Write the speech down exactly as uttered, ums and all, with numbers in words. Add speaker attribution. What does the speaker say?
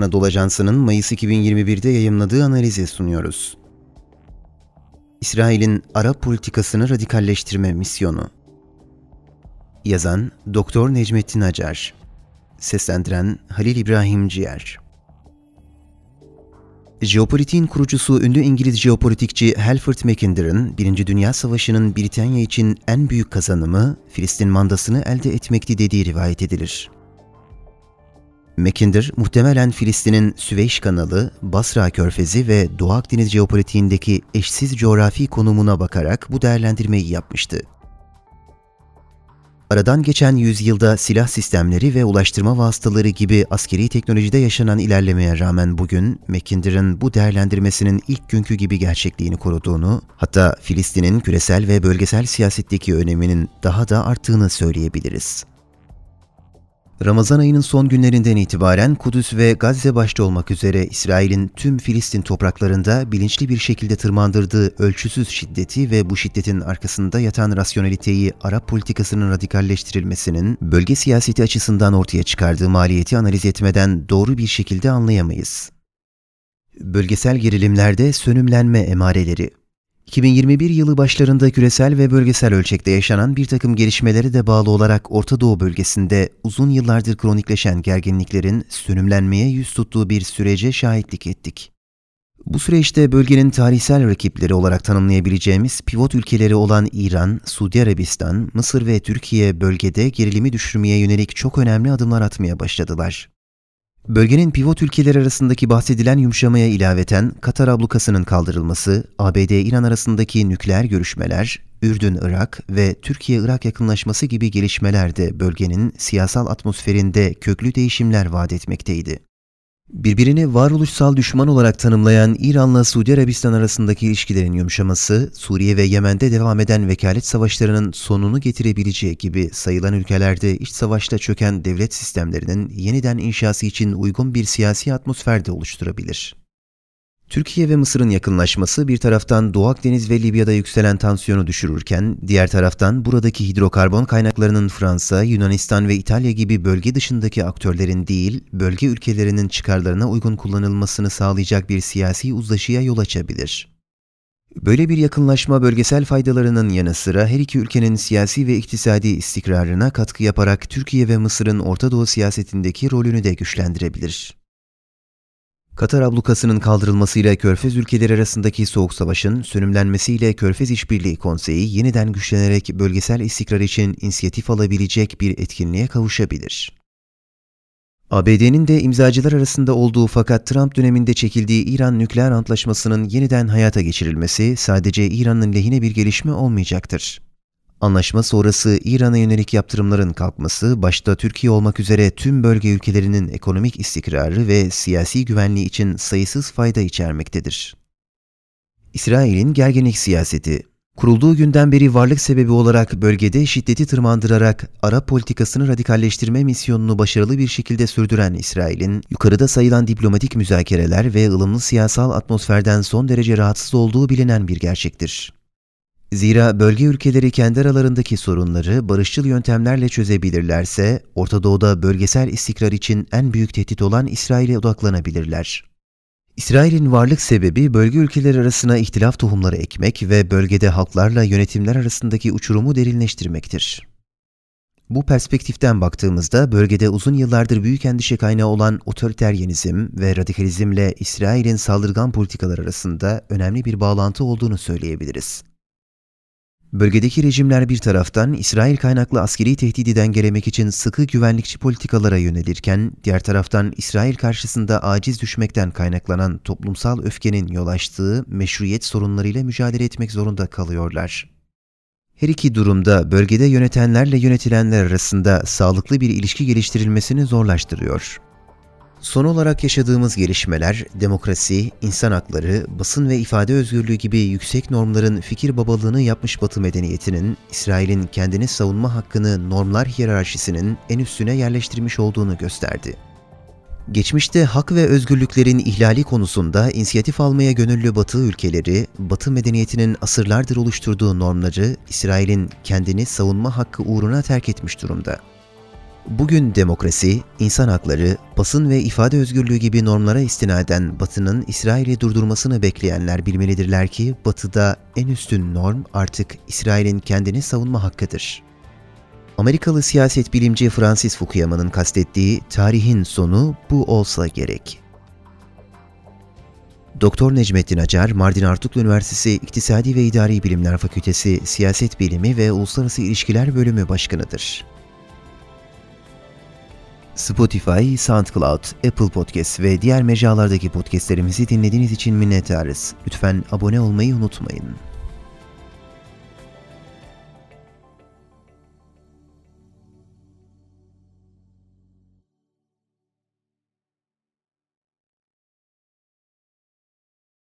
Speaker 1: Anadolu Ajansı'nın Mayıs iki bin yirmi bir'de yayımladığı analizi sunuyoruz. İsrail'in Arap politikasını radikalleştirme misyonu. Yazan Doktor Necmettin Acar. Seslendiren Halil İbrahim Ciğer. Jeopolitiğin kurucusu ünlü İngiliz jeopolitikçi Halford Mackinder'ın Birinci Dünya Savaşı'nın Britanya için en büyük kazanımı Filistin mandasını elde etmekti dediği rivayet edilir. Mackinder, muhtemelen Filistin'in Süveyş Kanalı, Basra Körfezi ve Doğu Akdeniz jeopolitiğindeki eşsiz coğrafi konumuna bakarak bu değerlendirmeyi yapmıştı. Aradan geçen yüzyılda silah sistemleri ve ulaştırma vasıtaları gibi askeri teknolojide yaşanan ilerlemeye rağmen bugün Mackinder'ın bu değerlendirmesinin ilk günkü gibi gerçekliğini koruduğunu, hatta Filistin'in küresel ve bölgesel siyasetteki öneminin daha da arttığını söyleyebiliriz. Ramazan ayının son günlerinden itibaren Kudüs ve Gazze başta olmak üzere İsrail'in tüm Filistin topraklarında bilinçli bir şekilde tırmandırdığı ölçüsüz şiddeti ve bu şiddetin arkasında yatan rasyoneliteyi Arap politikasının radikalleştirilmesinin bölge siyaseti açısından ortaya çıkardığı maliyeti analiz etmeden doğru bir şekilde anlayamayız. Bölgesel gerilimlerde sönümlenme emareleri. iki bin yirmi bir yılı başlarında küresel ve bölgesel ölçekte yaşanan bir takım gelişmelere de bağlı olarak Orta Doğu bölgesinde uzun yıllardır kronikleşen gerginliklerin sönümlenmeye yüz tuttuğu bir sürece şahitlik ettik. Bu süreçte bölgenin tarihsel rakipleri olarak tanımlayabileceğimiz pivot ülkeleri olan İran, Suudi Arabistan, Mısır ve Türkiye bölgede gerilimi düşürmeye yönelik çok önemli adımlar atmaya başladılar. Bölgenin pivot ülkeler arasındaki bahsedilen yumuşamaya ilaveten Katar ablukasının kaldırılması, A B D-İran arasındaki nükleer görüşmeler, Ürdün-Irak ve Türkiye-Irak yakınlaşması gibi gelişmeler de bölgenin siyasal atmosferinde köklü değişimler vaat etmekteydi. Birbirini varoluşsal düşman olarak tanımlayan İran'la Suudi Arabistan arasındaki ilişkilerin yumuşaması, Suriye ve Yemen'de devam eden vekalet savaşlarının sonunu getirebileceği gibi sayılan ülkelerde iç savaşta çöken devlet sistemlerinin yeniden inşası için uygun bir siyasi atmosfer de oluşturabilir. Türkiye ve Mısır'ın yakınlaşması bir taraftan Doğu Akdeniz ve Libya'da yükselen tansiyonu düşürürken, diğer taraftan buradaki hidrokarbon kaynaklarının Fransa, Yunanistan ve İtalya gibi bölge dışındaki aktörlerin değil, bölge ülkelerinin çıkarlarına uygun kullanılmasını sağlayacak bir siyasi uzlaşıya yol açabilir. Böyle bir yakınlaşma bölgesel faydalarının yanı sıra her iki ülkenin siyasi ve iktisadi istikrarına katkı yaparak Türkiye ve Mısır'ın Orta Doğu siyasetindeki rolünü de güçlendirebilir. Katar ablukasının kaldırılmasıyla Körfez ülkeleri arasındaki soğuk savaşın sönümlenmesiyle Körfez İşbirliği Konseyi yeniden güçlenerek bölgesel istikrar için inisiyatif alabilecek bir etkinliğe kavuşabilir. A B D'nin de imzacılar arasında olduğu fakat Trump döneminde çekildiği İran nükleer antlaşmasının yeniden hayata geçirilmesi sadece İran'ın lehine bir gelişme olmayacaktır. Anlaşma sonrası İran'a yönelik yaptırımların kalkması, başta Türkiye olmak üzere tüm bölge ülkelerinin ekonomik istikrarı ve siyasi güvenliği için sayısız fayda içermektedir. İsrail'in gerginlik siyaseti. Kurulduğu günden beri varlık sebebi olarak bölgede şiddeti tırmandırarak Arap politikasını radikalleştirme misyonunu başarılı bir şekilde sürdüren İsrail'in, yukarıda sayılan diplomatik müzakereler ve ılımlı siyasal atmosferden son derece rahatsız olduğu bilinen bir gerçektir. Zira bölge ülkeleri kendi aralarındaki sorunları barışçıl yöntemlerle çözebilirlerse, Orta Doğu'da bölgesel istikrar için en büyük tehdit olan İsrail'e odaklanabilirler. İsrail'in varlık sebebi bölge ülkeleri arasına ihtilaf tohumları ekmek ve bölgede halklarla yönetimler arasındaki uçurumu derinleştirmektir. Bu perspektiften baktığımızda bölgede uzun yıllardır büyük endişe kaynağı olan otoriteryenizm ve radikalizmle İsrail'in saldırgan politikalar arasında önemli bir bağlantı olduğunu söyleyebiliriz. Bölgedeki rejimler bir taraftan İsrail kaynaklı askeri tehdidi dengelemek için sıkı güvenlikçi politikalara yönelirken, diğer taraftan İsrail karşısında aciz düşmekten kaynaklanan toplumsal öfkenin yol açtığı meşruiyet sorunlarıyla mücadele etmek zorunda kalıyorlar. Her iki durumda bölgede yönetenlerle yönetilenler arasında sağlıklı bir ilişki geliştirilmesini zorlaştırıyor. Son olarak yaşadığımız gelişmeler, demokrasi, insan hakları, basın ve ifade özgürlüğü gibi yüksek normların fikir babalığını yapmış Batı medeniyetinin, İsrail'in kendini savunma hakkını normlar hiyerarşisinin en üstüne yerleştirmiş olduğunu gösterdi. Geçmişte hak ve özgürlüklerin ihlali konusunda inisiyatif almaya gönüllü Batı ülkeleri, Batı medeniyetinin asırlardır oluşturduğu normları İsrail'in kendini savunma hakkı uğruna terk etmiş durumda. Bugün demokrasi, insan hakları, basın ve ifade özgürlüğü gibi normlara istinaden Batı'nın İsrail'i durdurmasını bekleyenler bilmelidirler ki Batı'da en üstün norm artık İsrail'in kendini savunma hakkıdır. Amerikalı siyaset bilimci Francis Fukuyama'nın kastettiği tarihin sonu bu olsa gerek. Doktor Necmettin Acar, Mardin Artuklu Üniversitesi İktisadi ve İdari Bilimler Fakültesi Siyaset Bilimi ve Uluslararası İlişkiler Bölümü Başkanıdır. Spotify, SoundCloud, Apple Podcast ve diğer mecralardaki podcastlerimizi dinlediğiniz için minnettarız. Lütfen abone olmayı unutmayın.